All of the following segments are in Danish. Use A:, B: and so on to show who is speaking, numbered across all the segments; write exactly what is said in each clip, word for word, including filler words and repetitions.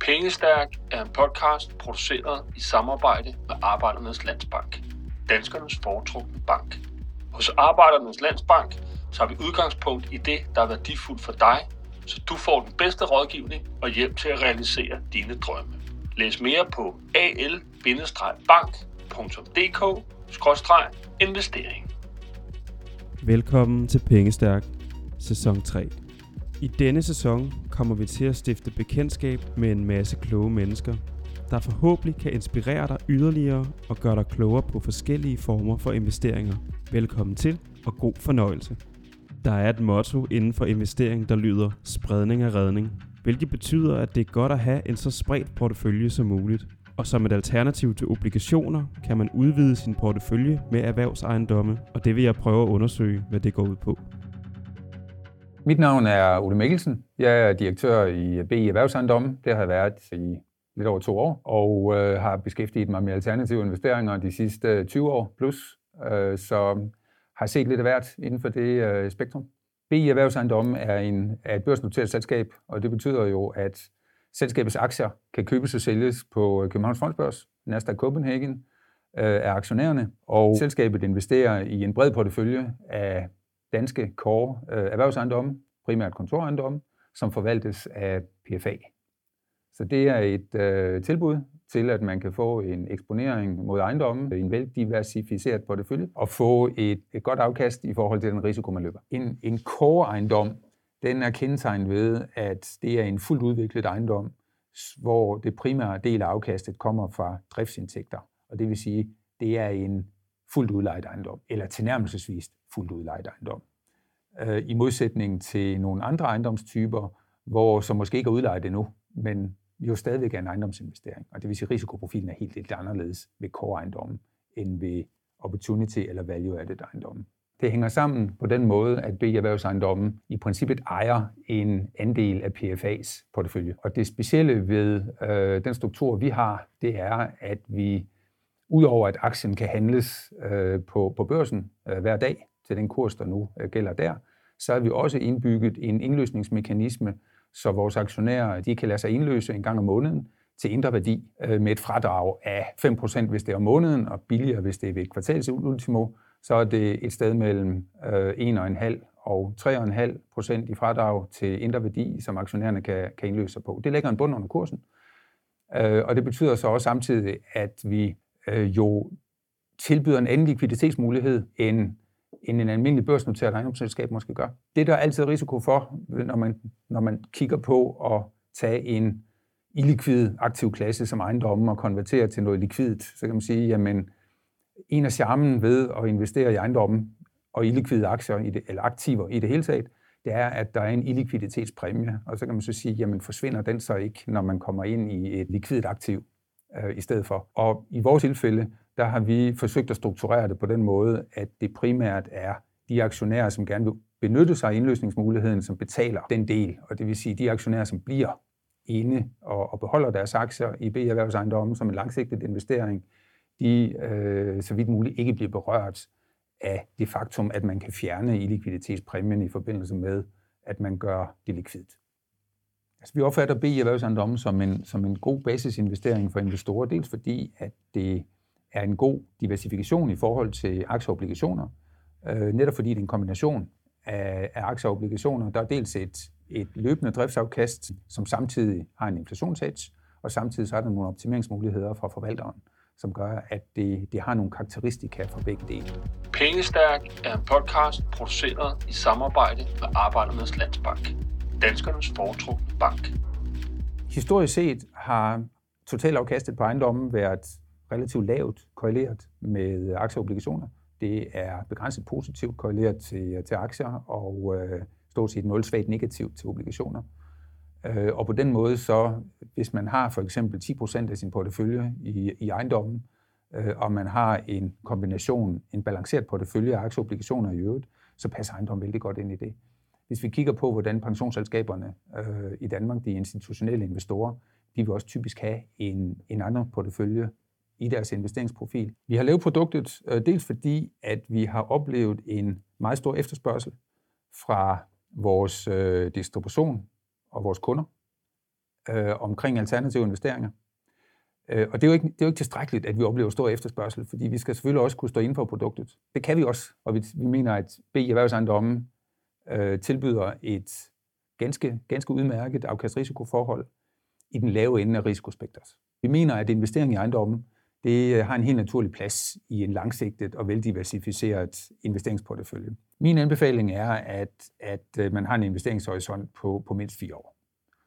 A: Pengestærk er en podcast produceret i samarbejde med Arbejdernes Landsbank, danskernes foretrukne bank. Hos Arbejdernes Landsbank tager vi udgangspunkt i det, der er værdifuldt for dig, så du får den bedste rådgivning og hjælp til at realisere dine drømme. Læs mere på a l bank punktum d k skråstreg investering.
B: Velkommen til Pengestærk, sæson tre. I denne sæson kommer vi til at stifte bekendtskab med en masse kloge mennesker, der forhåbentlig kan inspirere dig yderligere og gøre dig klogere på forskellige former for investeringer. Velkommen til, og god fornøjelse. Der er et motto inden for investering, der lyder spredning er redning, hvilket betyder, at det er godt at have en så spredt portefølje som muligt. Og som et alternativ til obligationer, kan man udvide sin portefølje med erhvervsejendomme, og det vil jeg prøve at undersøge, hvad det går ud på.
C: Mit navn er Ole Mikkelsen. Jeg er direktør i B I Erhvervsejendomme. Det har jeg været i lidt over to år, og øh, har beskæftiget mig med alternative investeringer de sidste tyve år plus, øh, så har set lidt af hvert inden for det øh, spektrum. B I Erhvervsejendomme er, en, er et børsnoteret selskab, og det betyder jo, at selskabets aktier kan købes og sælges på Københavns Fondsbørs, Nasdaq Copenhagen, øh, af aktionærerne, og selskabet investerer i en bred portefølje af danske core øh, erhvervsejendomme, primært kontorejendomme, som forvaltes af P F A. Så det er et øh, tilbud til, at man kan få en eksponering mod ejendomme i en veldiversificeret portefølje og få et, et godt afkast i forhold til den risiko, man løber. En, en core-ejendom, den er kendetegnet ved, at det er en fuldt udviklet ejendom, hvor det primære del af afkastet kommer fra driftsindtægter. Og det vil sige, det er en fuldt udlejet ejendom, eller tilnærmelsesvis fuldt udlejet ejendom. Øh, I modsætning til nogle andre ejendomstyper, hvor som måske ikke er udlejet endnu, men jo stadigvæk er en ejendomsinvestering. Og det vil sige, at risikoprofilen er helt lidt anderledes ved core-ejendommen, end ved opportunity eller value-added ejendommen. Det hænger sammen på den måde, at B I Erhvervsejendommen i princippet ejer en andel af P F A's portefølje. Og det specielle ved øh, den struktur, vi har, det er, at vi udover at aktien kan handles øh, på, på børsen øh, hver dag til den kurs, der nu øh, gælder der, så har vi også indbygget en indløsningsmekanisme, så vores aktionærer de kan lade sig indløse en gang om måneden til indre værdi øh, med et fradrag af fem procent, hvis det er om måneden, og billigere, hvis det er ved et kvartals ultimo, så er det et sted mellem øh, en komma fem og tre komma fem procent i fradrag til indre værdi, som aktionærerne kan, kan indløse sig på. Det lægger en bund under kursen, øh, og det betyder så også samtidig, at vi øh, jo tilbyder en anden likviditetsmulighed, end, end en almindelig børsnoteret ejendomsselskab måske gør. Det der er altid risiko for, når man, når man kigger på at tage en illikvid aktiv klasse som ejendomme og konvertere til noget likvidt, så kan man sige, jamen en af charmen ved at investere i ejendommen og illikvide aktier i det, eller aktiver i det hele taget, det er, at der er en illikviditetspræmie, og så kan man så sige, jamen forsvinder den så ikke, når man kommer ind i et likvidt aktiv øh, i stedet for. Og i vores tilfælde, der har vi forsøgt at strukturere det på den måde, at det primært er de aktionærer, som gerne vil benytte sig af indløsningsmuligheden, som betaler den del, og det vil sige de aktionærer, som bliver inde og, og beholder deres aktier i B I Erhvervsejendommen som en langsigtet investering, de øh, så vidt muligt ikke bliver berørt af det faktum, at man kan fjerne illikviditetspræmien i forbindelse med, at man gør det likvidt. Altså, vi opfatter B I Erhvervsejendommen som en, som en god basisinvestering for investorer, dels fordi, at det er en god diversifikation i forhold til aktier og obligationer, øh, netop fordi det er en kombination af, af aktier og obligationer. Der er dels et, et løbende driftsafkast, som samtidig har en inflationshedge, og samtidig så er der nogle optimeringsmuligheder fra forvalteren, som gør, at det, det har nogle karakteristika for begge dele.
A: Pengestærk er en podcast produceret i samarbejde med Arbejdernes Landsbank, danskernes foretrukne bank.
C: Historisk set har totalafkastet på ejendommen været relativt lavt korreleret med aktier og obligationer. Det er begrænset positivt korreleret til, til aktier og øh, stort set nul svagt negativt til obligationer. Og på den måde så, hvis man har for eksempel ti procent af sin portefølje i, i ejendommen, øh, og man har en kombination, en balanceret portefølje af aktier og obligationer i øvrigt, så passer ejendommen vældig godt ind i det. Hvis vi kigger på, hvordan pensionsselskaberne øh, i Danmark, de institutionelle investorer, de vil også typisk have en, en anden portefølje i deres investeringsprofil. Vi har lavet produktet øh, dels fordi, at vi har oplevet en meget stor efterspørgsel fra vores øh, distribution og vores kunder, øh, omkring alternative investeringer. Øh, og det er, jo ikke, det er jo ikke tilstrækkeligt, at vi oplever stor efterspørgsel, fordi vi skal selvfølgelig også kunne stå inden for produktet. Det kan vi også, og vi, vi mener, at B I Erhvervsejendomme øh, tilbyder et ganske, ganske udmærket afkast-risikoforhold i den lave ende af risikospektret. Vi mener, at investering i ejendommen det har en helt naturlig plads i en langsigtet og veldiversificeret investeringsportefølje. Min anbefaling er, at, at man har en investeringshorisont på, på mindst fire år.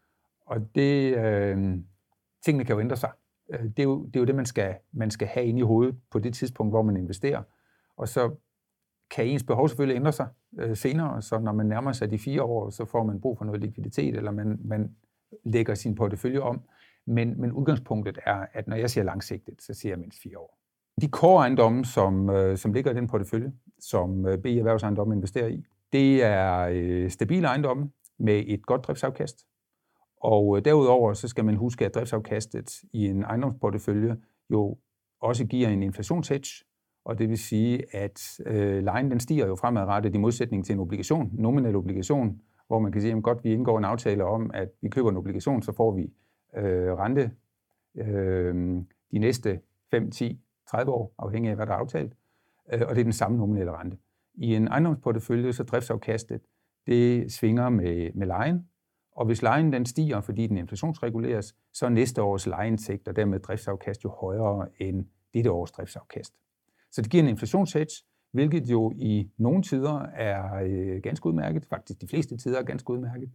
C: Og det, øh, tingene kan jo ændre sig. Det er jo det, er jo det man, skal, man skal have inde i hovedet på det tidspunkt, hvor man investerer. Og så kan ens behov selvfølgelig ændre sig øh, senere, så når man nærmer sig de fire år, så får man brug for noget likviditet, eller man, man lægger sin portefølje om. Men, men udgangspunktet er, at når jeg siger langsigtet, så siger jeg mindst fire år. De core-ejendomme, som, øh, som ligger i den portefølje, som øh, B I Erhvervsejendomme investerer i, det er øh, stabile ejendomme med et godt driftsafkast. Og øh, derudover så skal man huske, at driftsafkastet i en ejendomsportefølje jo også giver en inflationshedge, og det vil sige, at øh, lejen den stiger jo fremadrettet i modsætning til en obligation, nominel obligation, hvor man kan sige, at godt vi indgår en aftale om, at vi køber en obligation, så får vi Øh, rente øh, de næste fem, ti, tredive år, afhængig af, hvad der er aftalt, øh, og det er den samme nominelle rente. I en ejendomsportefølje, så driftsafkastet, det svinger med, med lejen, og hvis lejen den stiger, fordi den inflationsreguleres, så er næste års lejeindtægt og dermed driftsafkast jo højere end dette års driftsafkast. Så det giver en inflationshedge, hvilket jo i nogle tider er øh, ganske udmærket, faktisk de fleste tider er ganske udmærket.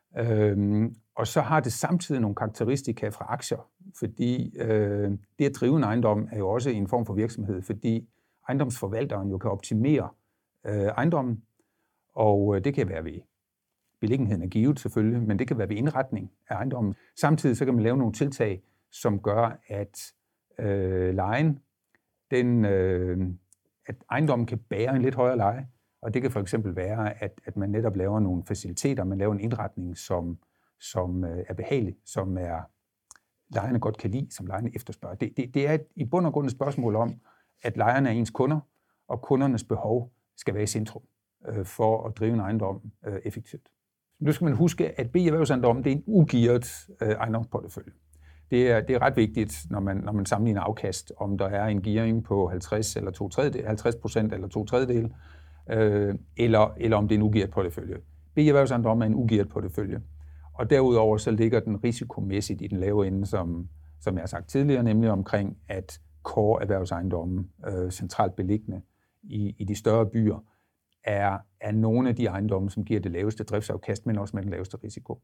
C: Øhm, og så har det samtidig nogle karakteristika fra aktier, fordi øh, det at drive en ejendom er jo også en form for virksomhed, fordi ejendomsforvalteren jo kan optimere øh, ejendommen, og øh, det kan være ved beliggenheden af givet selvfølgelig, men det kan være ved indretning af ejendommen. Samtidig så kan man lave nogle tiltag, som gør, at øh, lejen, den, øh, at ejendommen kan bære en lidt højere leje. Og det kan for eksempel være, at, at man netop laver nogle faciliteter, man laver en indretning, som, som er behagelig, som er lejerne godt kan lide, som lejerne efterspørger. Det, det, det er et, i bund og grund et spørgsmål om, at lejerne er ens kunder, og kundernes behov skal være i centrum øh, for at drive en ejendom øh, effektivt. Nu skal man huske, at B I Erhvervsejendomme det er en ugearet øh, ejendomsportefølje. Det er, det er ret vigtigt, når man, når man sammenligner afkast, om der er en gearing på halvtreds eller to tredjedel, halvtreds procent eller to tredjedel, Øh, eller, eller om det er en ugearet portefølje. B I Erhvervsejendomme er en ugearet portefølje. Og derudover så ligger den risikomæssigt i den lave ende, som, som jeg har sagt tidligere, nemlig omkring, at core erhvervsejendomme, øh, centralt beliggende i, i de større byer, er, er nogle af de ejendomme, som giver det laveste driftsafkast, men også med den laveste risiko.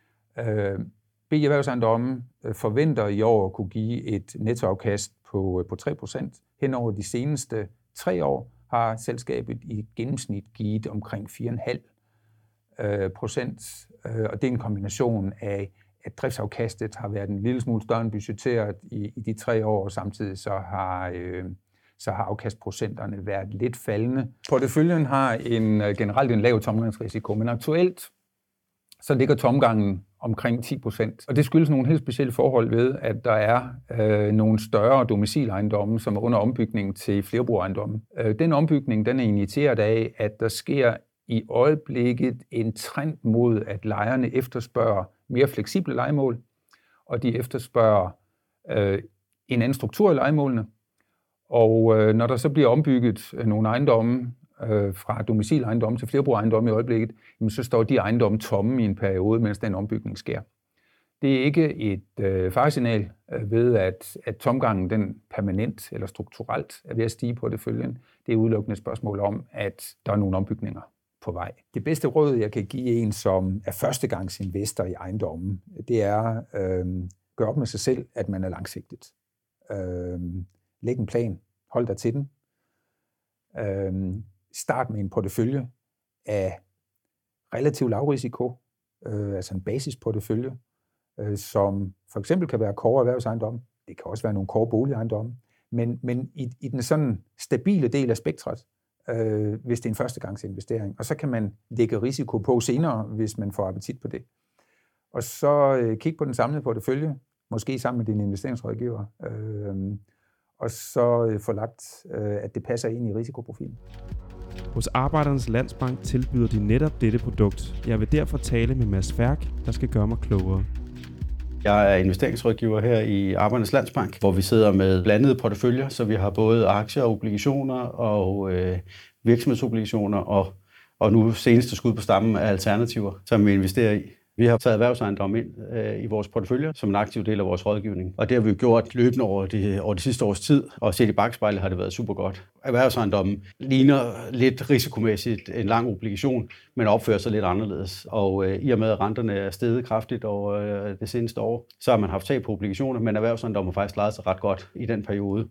C: Øh, B I Erhvervsejendomme forventer i år at kunne give et nettoafkast på, på tre procent. Hen over de seneste tre år har selskabet i gennemsnit givet omkring fire komma fem procent, og det er en kombination af, at driftsafkastet har været en lille smule større end budgetteret i, i de tre år, og samtidig så har, øh, så har afkastprocenterne været lidt faldende. Porteføljen har en, generelt en lav tomgangsrisiko, men aktuelt så ligger tomgangen omkring ti procent. Og det skyldes nogle helt specielle forhold ved, at der er øh, nogle større domicilejendomme, som er under ombygning til flerbrugerejendomme. Øh, den ombygning den er initieret af, at der sker i øjeblikket en trend mod, at lejerne efterspørger mere fleksible lejemål, og de efterspørger øh, en anden struktur i lejemålene. Og øh, når der så bliver ombygget øh, nogle ejendomme, fra domicilejendomme til flerbrugerejendomme i øjeblikket, jamen så står de ejendomme tomme i en periode, mens den ombygning sker. Det er ikke et øh, faresignal øh, ved, at, at tomgangen den permanent eller strukturelt er ved at stige på det følgen. Det er udelukkende et spørgsmål om, at der er nogle ombygninger på vej. Det bedste råd, jeg kan give en, som er førstegangsinvestor i ejendommen, det er øh, gør op med sig selv, at man er langsigtet. Øh, læg en plan, hold dig til den. Øh, Start med en portefølje af relativt lav risiko, øh, altså en basisportefølje, øh, som for eksempel kan være core erhvervsejendomme, det kan også være nogle core boligejendomme, men, men i, i den sådan stabile del af spektret, øh, hvis det er en førstegangsinvestering, og så kan man lægge risiko på senere, hvis man får appetit på det. Og så øh, kig på den samlede portefølje, måske sammen med din investeringsrådgiver, øh, og så øh, få lagt, øh, at det passer ind i risikoprofilen.
B: Hos Arbejdernes Landsbank tilbyder de netop dette produkt. Jeg vil derfor tale med Mads Færk, der skal gøre mig klogere.
D: Jeg er investeringsrådgiver her i Arbejdernes Landsbank, hvor vi sidder med blandede porteføljer, så vi har både aktier, obligationer og øh, virksomhedsobligationer, og, og nu seneste skud på stammen af alternativer, som vi investerer i. Vi har taget erhvervsejendom ind øh, i vores porteføljer som en aktiv del af vores rådgivning, og det har vi gjort løbende over de, over de sidste års tid, og set i bakspejlet har det været super godt. Erhvervsejendommen ligner lidt risikomæssigt en lang obligation, men opfører sig lidt anderledes, og øh, i og med at renterne er steget kraftigt over øh, det seneste år, så har man haft tab på obligationer, men erhvervsejendommen har faktisk klaret sig ret godt i den periode.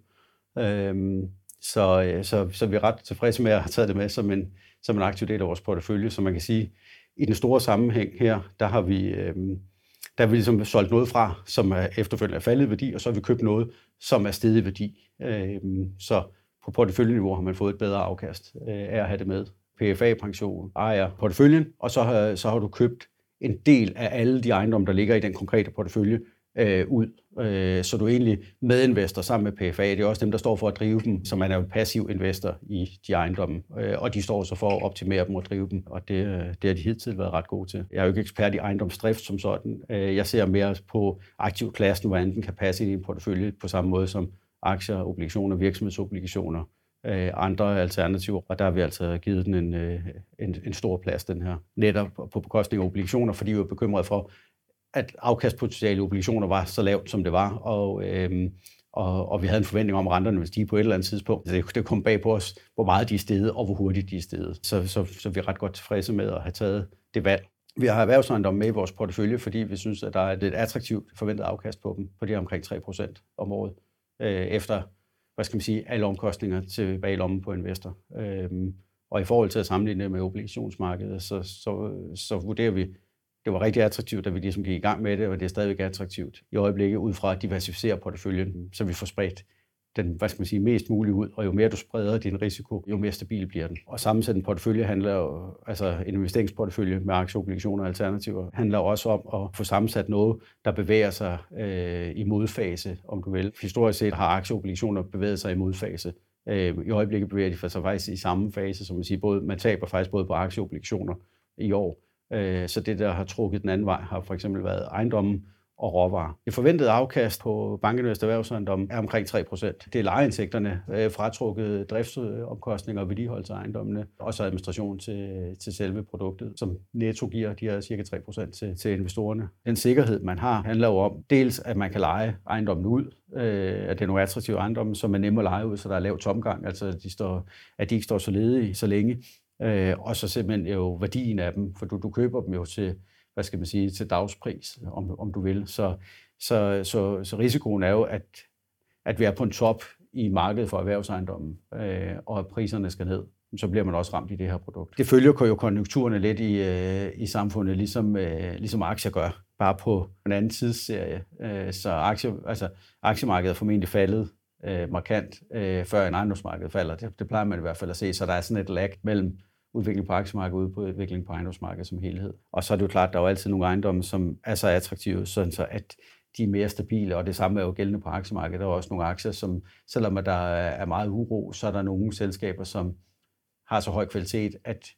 D: Øhm, så, øh, så, så vi er ret tilfredse med at have taget det med som en, som en aktiv del af vores portefølje, så man kan sige, i den store sammenhæng her, der har vi, øh, der har vi ligesom solgt noget fra, som er efterfølgende er faldet i værdi, og så har vi købt noget, som er steget i værdi. Øh, så på porteføljeniveau har man fået et bedre afkast øh, af at have det med. P F A-pension ejer porteføljen, og så har, så har du købt en del af alle de ejendomme, der ligger i den konkrete portefølje, øh, ud. Øh, så du er egentlig medinvestor sammen med P F A. Det er også dem, der står for at drive dem, så man er jo passiv investor i de ejendomme, øh, og de står så for at optimere dem og drive dem, og det, det har de hidtil været ret gode til. Jeg er jo ikke ekspert i ejendomsdrift som sådan. Øh, jeg ser mere på aktivklassen, hvordan den kan passe ind i en portefølje på samme måde som aktier, obligationer, virksomhedsobligationer, øh, andre alternativer, og der har vi altså givet den en, en, en stor plads, den her, netop på bekostning af obligationer, fordi vi er bekymrede for, at afkastpotentiale obligationer var så lavt, som det var, og, øhm, og, og vi havde en forventning om, at renterne ville stige på et eller andet tidspunkt. Det, det kom bag på os, hvor meget de er steget, og hvor hurtigt de er steget. Så, så, så vi er ret godt tilfredse med at have taget det valg. Vi har erhvervsejendom med i vores portefølje, fordi vi synes, at der er et attraktivt forventet afkast på dem, på de omkring tre procent om året, øh, efter, hvad skal man sige, alle omkostninger tilbage i lommen på investor. Øhm, og i forhold til at sammenligne det med obligationsmarkedet, så, så, så vurderer vi, det var rigtig attraktivt, da vi ligesom gik i gang med det, og det er stadigvæk attraktivt i øjeblikket ud fra at diversificere porteføljen, så vi får spredt den, hvad skal man sige, mest muligt ud, og jo mere du spreder din risiko, jo mere stabil bliver den. Og sammensætte en portefølje handler jo, altså en investeringsportefølje med aktier, obligationer og alternativer, handler også om at få sammensat noget, der bevæger sig øh, i modfase, om du vil. Historisk set har aktier og obligationer bevæget sig i modfase. Øh, I øjeblikket bevæger de sig faktisk i samme fase, som man siger, både, man taber faktisk både på aktier og obligationer i år. Så det, der har trukket den anden vej, har for eksempel været ejendommen og råvarer. Det forventede afkast på bankinvest erhvervsejendom er omkring tre procent. Det er lejeindtægterne, fratrukket driftsomkostninger og vedligeholdelse af ejendommene, og så administration til, til selve produktet, som netto giver de her cirka tre procent til, til investorerne. Den sikkerhed, man har, handler jo om dels, at man kan leje ejendommen ud, at det er nogle attraktive ejendomme, som er nemme at leje ud, så der er lav tomgang, altså at de, står, at de ikke står så ledige så længe. Øh, og så simpelthen jo værdien af dem, for du, du køber dem jo til, hvad skal man sige, til dagspris, om, om du vil. Så, så, så, så risikoen er jo, at, at vi er på en top i markedet for erhvervsejendommen, øh, og at priserne skal ned. Så bliver man også ramt i det her produkt. Det følger jo konjunkturerne lidt i, øh, i samfundet, ligesom, øh, ligesom aktier gør, bare på en anden tidsserie. Øh, så aktier, altså, aktiemarkedet er formentlig faldet øh, markant, øh, før en ejendomsmarked falder. Det, det plejer man i hvert fald at se, så der er sådan et lag mellem udvikling på aktiemarkedet og udvikling på ejendomsmarkedet som helhed. Og så er det jo klart, at der er jo altid nogle ejendomme, som er så attraktive, sådan så at de er mere stabile, og det samme er jo gældende på aktiemarkedet. Der er også nogle aktier, som selvom der er meget uro, så er der nogle selskaber, som har så høj kvalitet, at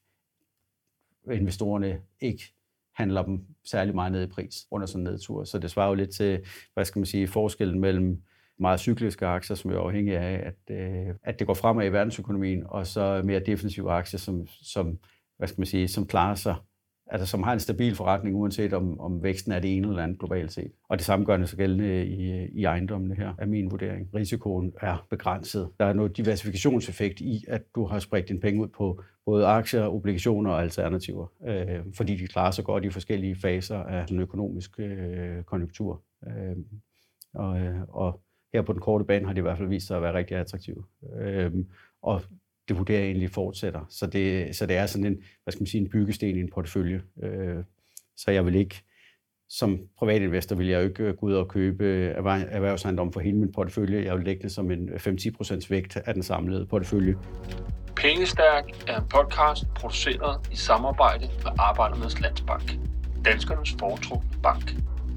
D: investorerne ikke handler dem særlig meget ned i pris under sådan en nedtur. Så det svarer jo lidt til, hvad skal man sige, forskellen mellem meget cykliske aktier, som er afhængige af, at, øh, at det går fremad i verdensøkonomien, og så mere defensive aktier, som, som, hvad skal man sige, som klarer sig, altså som har en stabil forretning, uanset om, om væksten er det ene eller andet globalt set. Og det samme gør det så gældende i, i ejendommene her, er min vurdering. Risikoen er begrænset. Der er noget diversifikationseffekt i, at du har spredt dine penge ud på både aktier, obligationer og alternativer, øh, fordi de klarer sig godt i forskellige faser af den økonomiske øh, konjunktur. Øh, og, og her på den korte bane har det i hvert fald vist sig at være rigtig attraktivt. Øhm, og det vurderer egentlig fortsætter. Så det, så det er sådan en, hvad skal man sige, en byggesten i en portefølje. Øh, så jeg vil ikke, som privatinvestor, vil jeg jo ikke gå ud og købe erhvervsejendom for hele min portefølje. Jeg vil lægge det som en fem til ti procent vægt af den samlede portefølje.
A: Pengestærk er en podcast produceret i samarbejde med Arbejdernes Landsbank. Danskernes foretrukne bank.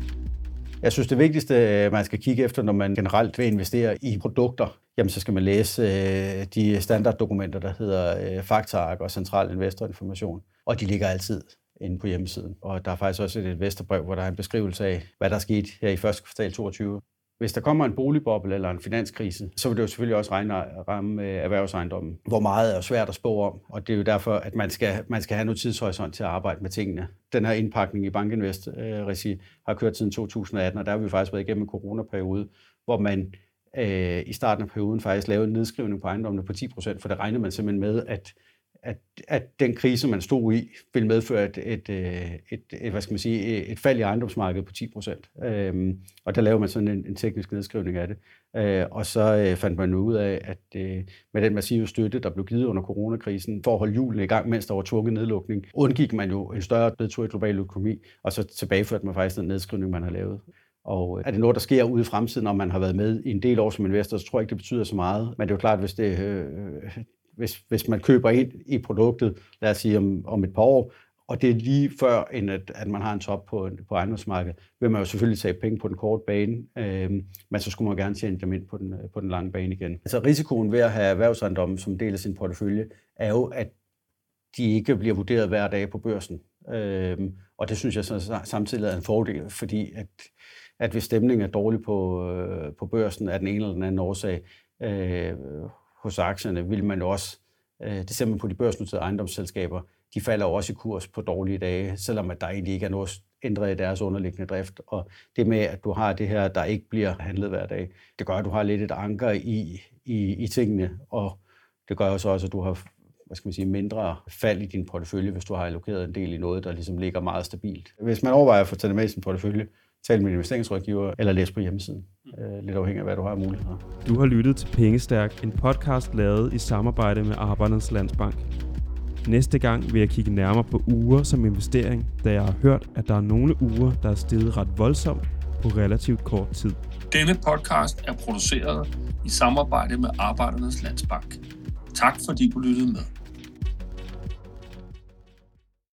D: Jeg synes, det vigtigste, man skal kigge efter, når man generelt vil investere i produkter, jamen så skal man læse øh, de standarddokumenter, der hedder øh, faktaark og central investorinformation. Og de ligger altid inde på hjemmesiden. Og der er faktisk også et investorbrev, hvor der er en beskrivelse af, hvad der er sket her i første kvartal toogtyve. Hvis der kommer en boligboble eller en finanskrise, så vil det jo selvfølgelig også regne, ramme erhvervsejendommen. Hvor meget er svært at spå om, og det er jo derfor, at man skal, man skal have noget tidshorisont til at arbejde med tingene. Den her indpakning i BankInvest-regi har kørt siden to tusind og atten, og der har vi faktisk været igennem en coronaperiode, hvor man øh, i starten af perioden faktisk lavede en nedskrivning på ejendommene på ti procent, for der regnede man simpelthen med, at At, at den krise, man stod i, ville medføre et, et, et, et, hvad skal man sige, et fald i ejendomsmarkedet på ti procent. Øhm, og der lavede man sådan en, en teknisk nedskrivning af det. Øh, og så øh, fandt man ud af, at øh, med den massive støtte, der blev givet under coronakrisen, for at holde hjulene i gang, mens der var tvunget nedlukning, undgik man jo en større nedtur i global økonomi, og så tilbageførte man faktisk den nedskrivning, man har lavet. Og er det noget, der sker ude i fremtiden, når man har været med i en del år som investor, så tror jeg ikke, det betyder så meget. Men det er jo klart, hvis det... Øh, Hvis, hvis man køber ind i produktet, lad os sige om, om et par år, og det er lige før, end at, at man har en top på, på ejendomsmarkedet, vil man jo selvfølgelig tage penge på den korte bane, øh, men så skulle man gerne tjene dem ind på den, på den lange bane igen. Altså risikoen ved at have erhvervsejendommen som del af sin portefølje, er jo, at de ikke bliver vurderet hver dag på børsen. Øh, og det synes jeg så samtidig er en fordel, fordi at, at hvis stemningen er dårlig på, øh, på børsen af den ene eller den anden årsag, øh, hos aktierne, vil man også, det ser man på de børsnoterede ejendomsselskaber, de falder også i kurs på dårlige dage, selvom at der egentlig ikke er noget ændret i deres underliggende drift. Og det med, at du har det her, der ikke bliver handlet hver dag, det gør, at du har lidt et anker i, i, i tingene, og det gør også, at du har hvad skal man sige, mindre fald i din portefølje, hvis du har allokeret en del i noget, der ligesom ligger meget stabilt. Hvis man overvejer at få taget med i sin portefølje, tal med en investeringsrådgiver eller læs på hjemmesiden. Lidt afhængig af, hvad du har af muligheder.
B: Du har lyttet til Pengestærk, en podcast lavet i samarbejde med Arbejdernes Landsbank. Næste gang vil jeg kigge nærmere på uger som investering, da jeg har hørt, at der er nogle uger, der er steget ret voldsomt på relativt kort tid.
A: Denne podcast er produceret i samarbejde med Arbejdernes Landsbank. Tak fordi du lyttede med.